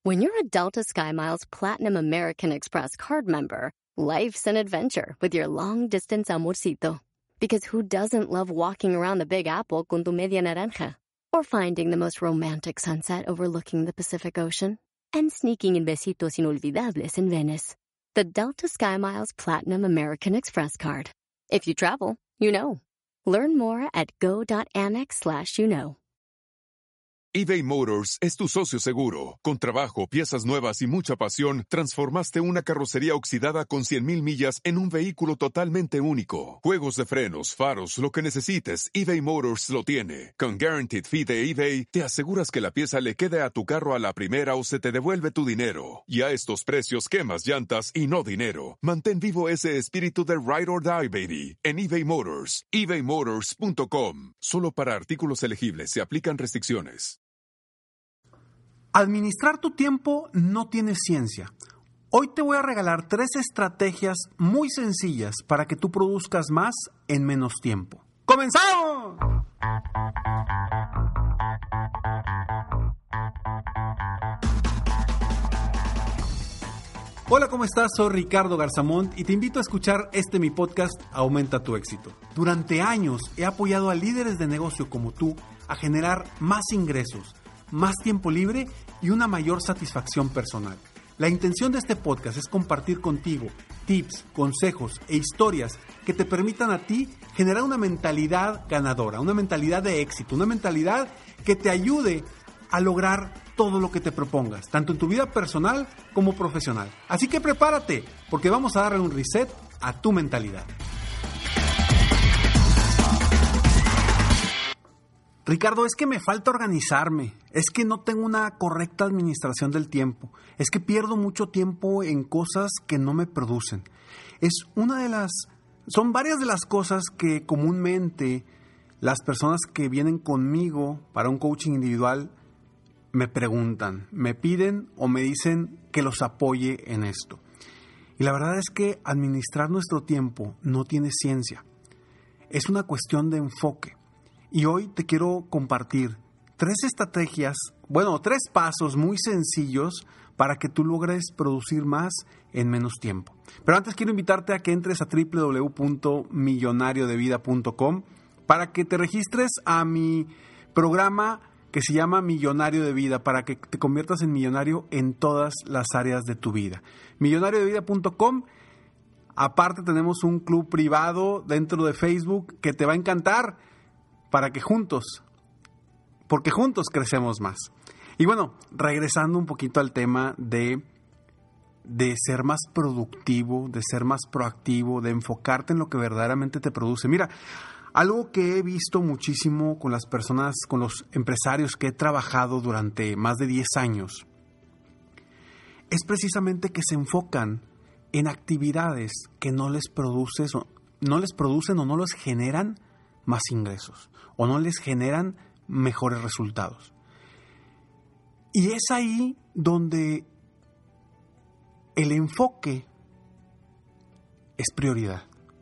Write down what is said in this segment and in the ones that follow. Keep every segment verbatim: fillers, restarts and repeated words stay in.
When you're a Delta SkyMiles Platinum American Express card member, life's an adventure with your long-distance amorcito. Because who doesn't love walking around the Big Apple con tu media naranja? Or finding the most romantic sunset overlooking the Pacific Ocean? And sneaking in besitos inolvidables in Venice. The Delta SkyMiles Platinum American Express card. If you travel, you know. Learn more at go.amex slash you know. eBay Motors es tu socio seguro. Con trabajo, piezas nuevas y mucha pasión, transformaste una carrocería oxidada con cien mil millas en un vehículo totalmente único. Juegos de frenos, faros, lo que necesites, eBay Motors lo tiene. Con Guaranteed Fee de eBay, te aseguras que la pieza le quede a tu carro a la primera o se te devuelve tu dinero. Y a estos precios, quemas llantas y no dinero. Mantén vivo ese espíritu de Ride or Die, baby, en eBay Motors. ebay motors punto com. Solo para artículos elegibles se aplican restricciones. Administrar tu tiempo no tiene ciencia. Hoy te voy a regalar tres estrategias muy sencillas para que tú produzcas más en menos tiempo. ¡Comenzamos! Hola, ¿cómo estás? Soy Ricardo Garzamont y te invito a escuchar este mi podcast Aumenta tu éxito. Durante años he apoyado a líderes de negocio como tú a generar más ingresos, más tiempo libre y una mayor satisfacción personal. La intención de este podcast es compartir contigo tips, consejos e historias que te permitan a ti generar una mentalidad ganadora, una mentalidad de éxito, una mentalidad que te ayude a lograr todo lo que te propongas, tanto en tu vida personal como profesional. Así que prepárate, porque vamos a darle un reset a tu mentalidad. Ricardo, es que me falta organizarme, es que no tengo una correcta administración del tiempo, es que pierdo mucho tiempo en cosas que no me producen. Es una de las, son varias de las cosas que comúnmente las personas que vienen conmigo para un coaching individual me preguntan, me piden o me dicen que los apoye en esto. Y la verdad es que administrar nuestro tiempo no tiene ciencia, es una cuestión de enfoque. Y hoy te quiero compartir tres estrategias, bueno, tres pasos muy sencillos para que tú logres producir más en menos tiempo. Pero antes quiero invitarte a que entres a doble u doble u doble u punto millonario de vida punto com para que te registres a mi programa que se llama Millonario de Vida, para que te conviertas en millonario en todas las áreas de tu vida. millonario de vida punto com. Aparte tenemos un club privado dentro de Facebook que te va a encantar, para que juntos, porque juntos crecemos más. Y bueno, regresando un poquito al tema de, de ser más productivo, de ser más proactivo, de enfocarte en lo que verdaderamente te produce. Mira, algo que he visto muchísimo con las personas, con los empresarios que he trabajado durante más de diez años, es precisamente que se enfocan en actividades que no les produces, no les producen o no les generan más ingresos, o no les generan mejores resultados. Y es ahí donde el enfoque es prioridad.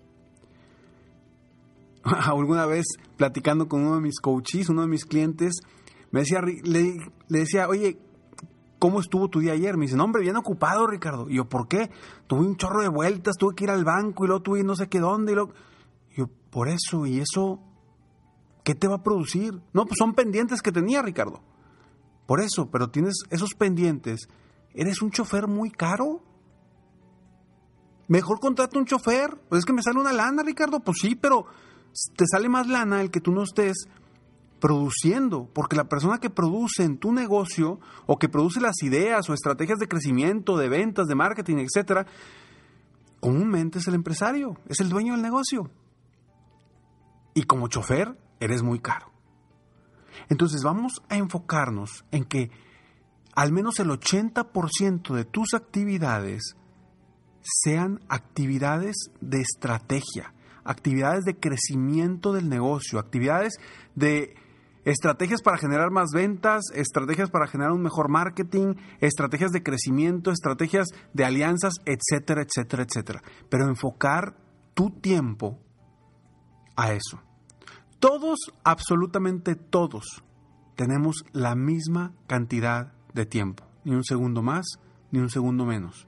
Alguna vez, platicando con uno de mis coaches, uno de mis clientes, me decía, le, le decía, oye, ¿cómo estuvo tu día ayer? Me dice, no, hombre, bien ocupado, Ricardo. Y yo, ¿por qué? Tuve un chorro de vueltas, tuve que ir al banco, y luego tuve no sé qué dónde, y luego... Yo, por eso, ¿y eso qué te va a producir? No, pues son pendientes que tenía, Ricardo. Por eso, pero tienes esos pendientes. ¿Eres un chofer muy caro? Mejor contrata un chofer. Pues es que me sale una lana, Ricardo. Pues sí, pero te sale más lana el que tú no estés produciendo. Porque la persona que produce en tu negocio, o que produce las ideas o estrategias de crecimiento, de ventas, de marketing, etcétera, comúnmente es el empresario, es el dueño del negocio. Y como chofer, eres muy caro. Entonces vamos a enfocarnos en que al menos el ochenta por ciento de tus actividades sean actividades de estrategia, actividades de crecimiento del negocio, actividades de estrategias para generar más ventas, estrategias para generar un mejor marketing, estrategias de crecimiento, estrategias de alianzas, etcétera, etcétera, etcétera. Pero enfocar tu tiempo a eso. Todos, absolutamente todos, tenemos la misma cantidad de tiempo. ni un segundo más, ni un segundo menos.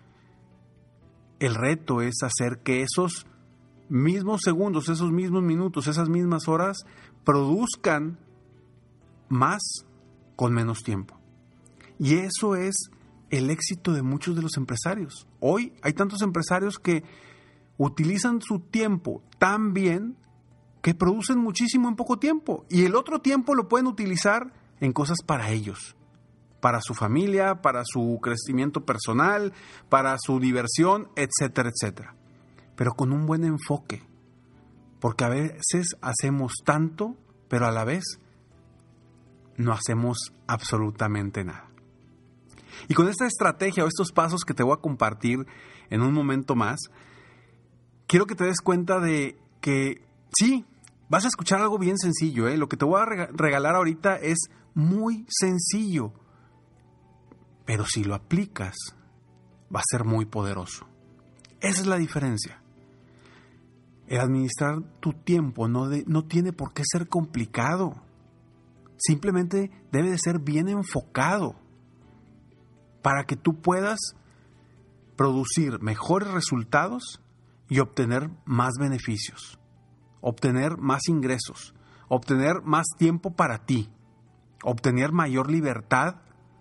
El reto es hacer que esos mismos segundos, esos mismos minutos, esas mismas horas produzcan más con menos tiempo. Y eso es el éxito de muchos de los empresarios. Hoy hay tantos empresarios que utilizan su tiempo tan bien que producen muchísimo en poco tiempo. Y el otro tiempo lo pueden utilizar en cosas para ellos, para su familia, para su crecimiento personal, para su diversión, etcétera, etcétera. Pero con un buen enfoque. Porque a veces hacemos tanto, pero a la vez no hacemos absolutamente nada. Y con esta estrategia o estos pasos que te voy a compartir en un momento más, quiero que te des cuenta de que sí, vas a escuchar algo bien sencillo, ¿eh? Lo que te voy a regalar ahorita es muy sencillo, pero si lo aplicas, va a ser muy poderoso. Esa es la diferencia. El administrar tu tiempo no, de, no tiene por qué ser complicado. Simplemente debe de ser bien enfocado para que tú puedas producir mejores resultados y obtener más beneficios, obtener más ingresos, obtener más tiempo para ti, obtener mayor libertad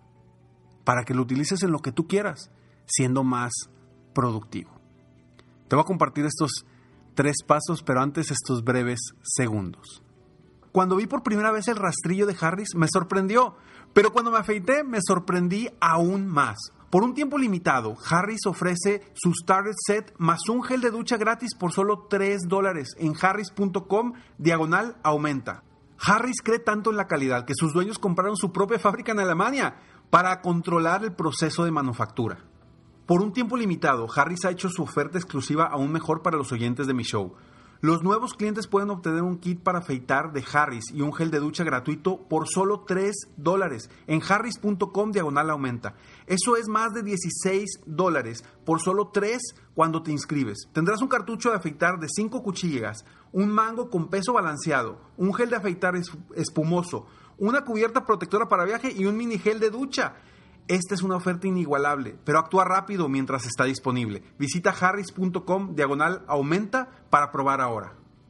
para que lo utilices en lo que tú quieras, siendo más productivo. Te voy a compartir estos tres pasos, pero antes estos breves segundos. Cuando vi por primera vez el rastrillo de Harris, me sorprendió, pero cuando me afeité, me sorprendí aún más. Por un tiempo limitado, Harris ofrece su Starter Set más un gel de ducha gratis por solo tres dólares en harris punto com diagonal aumenta. Harris cree tanto en la calidad que sus dueños compraron su propia fábrica en Alemania para controlar el proceso de manufactura. Por un tiempo limitado, Harris ha hecho su oferta exclusiva aún mejor para los oyentes de mi show. Los nuevos clientes pueden obtener un kit para afeitar de Harris y un gel de ducha gratuito por solo tres dólares en harris punto com diagonal aumenta. Eso es más de dieciséis dólares por solo tres cuando te inscribes. Tendrás un cartucho de afeitar de cinco cuchillas, un mango con peso balanceado, un gel de afeitar espumoso, una cubierta protectora para viaje y un mini gel de ducha. Esta es una oferta inigualable, pero actúa rápido mientras está disponible. Visita harris punto com diagonal aumenta para probar ahora.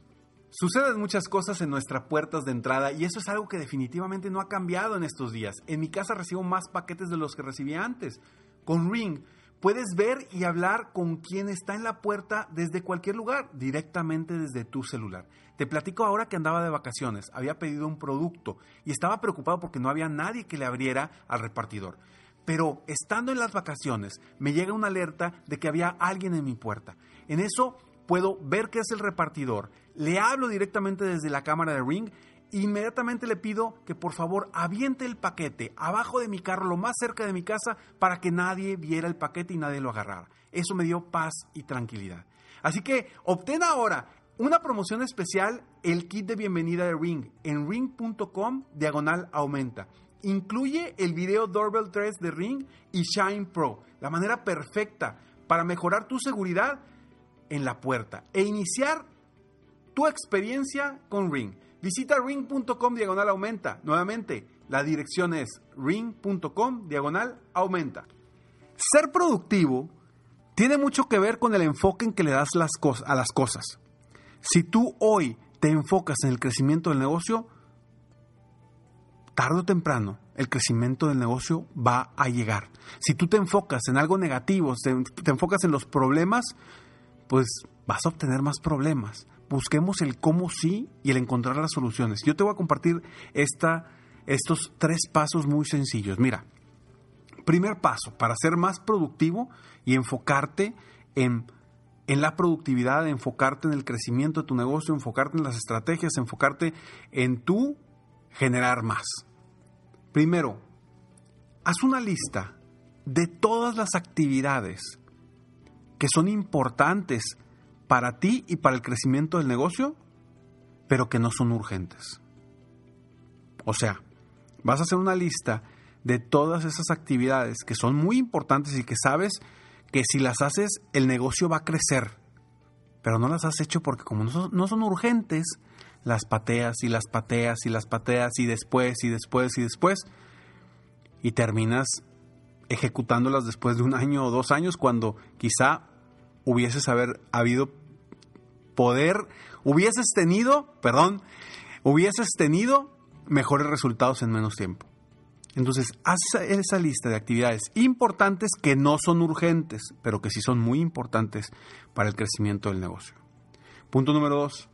Suceden muchas cosas en nuestras puertas de entrada y eso es algo que definitivamente no ha cambiado en estos días. En mi casa recibo más paquetes de los que recibía antes. Con Ring puedes ver y hablar con quien está en la puerta desde cualquier lugar, directamente desde tu celular. Te platico ahora que andaba de vacaciones, había pedido un producto y estaba preocupado porque no había nadie que le abriera al repartidor. Pero estando en las vacaciones, me llega una alerta de que había alguien en mi puerta. En eso puedo ver que es el repartidor. Le hablo directamente desde la cámara de Ring e inmediatamente le pido que por favor aviente el paquete abajo de mi carro, lo más cerca de mi casa, para que nadie viera el paquete y nadie lo agarrara. Eso me dio paz y tranquilidad. Así que obtén ahora una promoción especial, el kit de bienvenida de Ring, en ring punto com diagonal aumenta. Incluye el video Doorbell tres de Ring y Shine Pro, la manera perfecta para mejorar tu seguridad en la puerta e iniciar tu experiencia con Ring. Visita ring punto com diagonal aumenta. Nuevamente, la dirección es ring punto com diagonal aumenta. Ser productivo tiene mucho que ver con el enfoque en que le das las cos- a las cosas. Si tú hoy te enfocas en el crecimiento del negocio, tarde o temprano, el crecimiento del negocio va a llegar. Si tú te enfocas en algo negativo, te, te enfocas en los problemas, pues vas a obtener más problemas. Busquemos el cómo sí y el encontrar las soluciones. Yo te voy a compartir esta, estos tres pasos muy sencillos. Mira, primer paso, para ser más productivo y enfocarte en, en la productividad, enfocarte en el crecimiento de tu negocio, enfocarte en las estrategias, enfocarte en tu generar más. Primero, haz una lista de todas las actividades que son importantes para ti y para el crecimiento del negocio, pero que no son urgentes. O sea, vas a hacer una lista de todas esas actividades que son muy importantes y que sabes que si las haces, el negocio va a crecer, pero no las has hecho porque como no son, no son urgentes, las pateas y las pateas y las pateas y después y después y después y terminas ejecutándolas después de un año o dos años, cuando quizá hubieses haber habido poder, hubieses tenido, perdón, hubieses tenido mejores resultados en menos tiempo. Entonces, haz esa lista de actividades importantes que no son urgentes, pero que sí son muy importantes para el crecimiento del negocio. Punto número dos.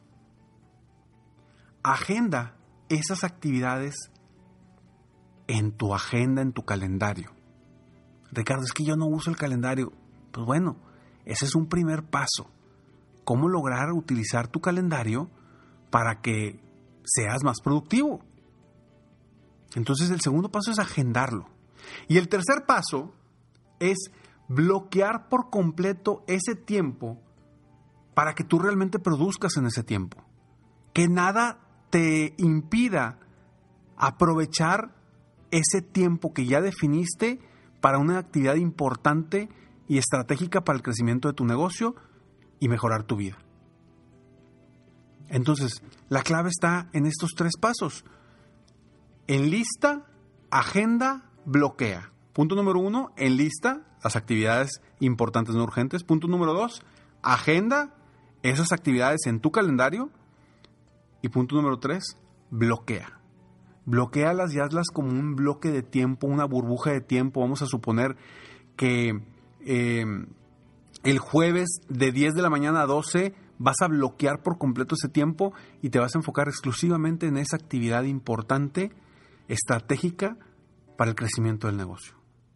Agenda esas actividades en tu agenda, en tu calendario. Ricardo, es que yo no uso el calendario. Pues bueno, ese es un primer paso. ¿Cómo lograr utilizar tu calendario para que seas más productivo? Entonces el segundo paso es agendarlo. Y el tercer paso es bloquear por completo ese tiempo para que tú realmente produzcas en ese tiempo. Que nada te impida aprovechar ese tiempo que ya definiste para una actividad importante y estratégica para el crecimiento de tu negocio y mejorar tu vida. Entonces, la clave está en estos tres pasos. Enlista, agenda, bloquea. Punto número uno, enlista las actividades importantes no urgentes. Punto número dos, agenda esas actividades en tu calendario. Y punto número tres, bloquea. Bloquéalas y hazlas como un bloque de tiempo, una burbuja de tiempo. Vamos a suponer que eh, el jueves de diez de la mañana a doce vas a bloquear por completo ese tiempo y te vas a enfocar exclusivamente en esa actividad importante, estratégica para el crecimiento del negocio.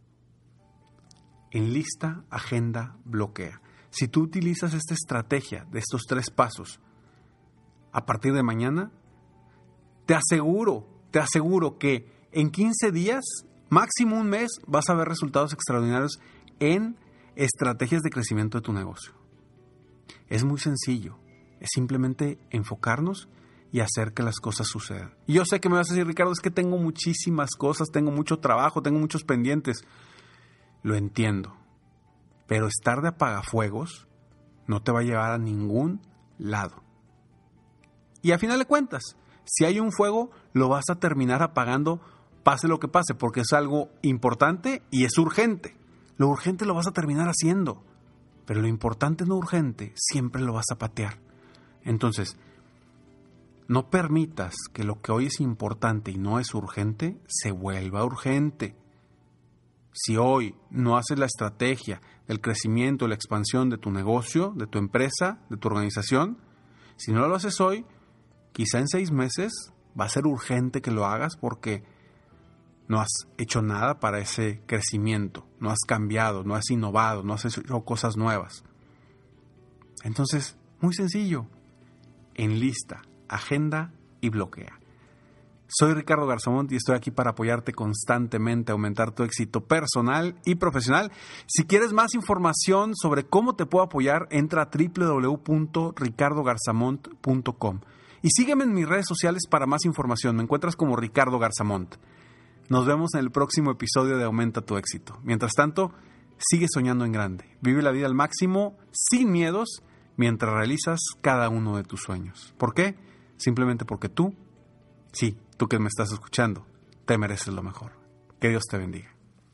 Enlista, agenda, bloquea. Si tú utilizas esta estrategia de estos tres pasos a partir de mañana, te aseguro, te aseguro que en quince días, máximo un mes, vas a ver resultados extraordinarios en estrategias de crecimiento de tu negocio. Es muy sencillo, es simplemente enfocarnos y hacer que las cosas sucedan. Y yo sé que me vas a decir, Ricardo, es que tengo muchísimas cosas, tengo mucho trabajo, tengo muchos pendientes. Lo entiendo, pero estar de apagafuegos no te va a llevar a ningún lado. Y a final de cuentas, si hay un fuego, lo vas a terminar apagando, pase lo que pase, porque es algo importante y es urgente. Lo urgente lo vas a terminar haciendo, pero lo importante no urgente siempre lo vas a patear. Entonces, no permitas que lo que hoy es importante y no es urgente se vuelva urgente. Si hoy no haces la estrategia del crecimiento, la expansión de tu negocio, de tu empresa, de tu organización, si no lo haces hoy, quizá en seis meses va a ser urgente que lo hagas porque no has hecho nada para ese crecimiento, no has cambiado, no has innovado, no has hecho cosas nuevas. Entonces, muy sencillo, enlista, agenda y bloquea. Soy Ricardo Garzamont y estoy aquí para apoyarte constantemente a aumentar tu éxito personal y profesional. Si quieres más información sobre cómo te puedo apoyar, entra a doble u doble u doble u punto ricardo garzamont punto com y sígueme en mis redes sociales para más información. Me encuentras como Ricardo Garzamont. Nos vemos en el próximo episodio de Aumenta tu éxito. Mientras tanto, sigue soñando en grande. Vive la vida al máximo, sin miedos, mientras realizas cada uno de tus sueños. ¿Por qué? Simplemente porque tú, sí, tú que me estás escuchando, te mereces lo mejor. Que Dios te bendiga.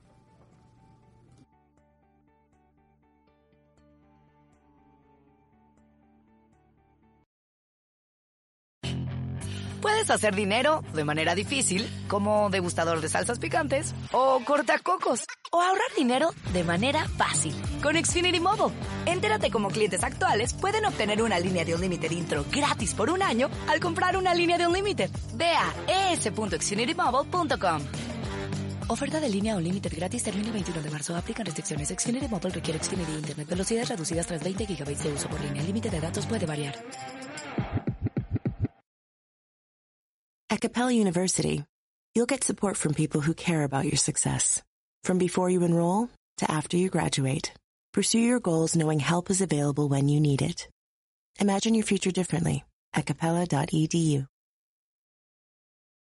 Puedes hacer dinero de manera difícil, como degustador de salsas picantes, o cortacocos, o ahorrar dinero de manera fácil con Xfinity Mobile. Entérate cómo clientes actuales pueden obtener una línea de Unlimited intro gratis por un año al comprar una línea de Unlimited. Ve a e s punto xfinity mobile punto com. Oferta de línea Unlimited gratis termina el veintiuno de marzo. Aplican restricciones. Xfinity Mobile requiere Xfinity Internet. Velocidades reducidas tras veinte gigabytes de uso por línea. El límite de datos puede variar. At Capella University, you'll get support from people who care about your success. From before you enroll to after you graduate, pursue your goals knowing help is available when you need it. Imagine your future differently at capella dot e d u.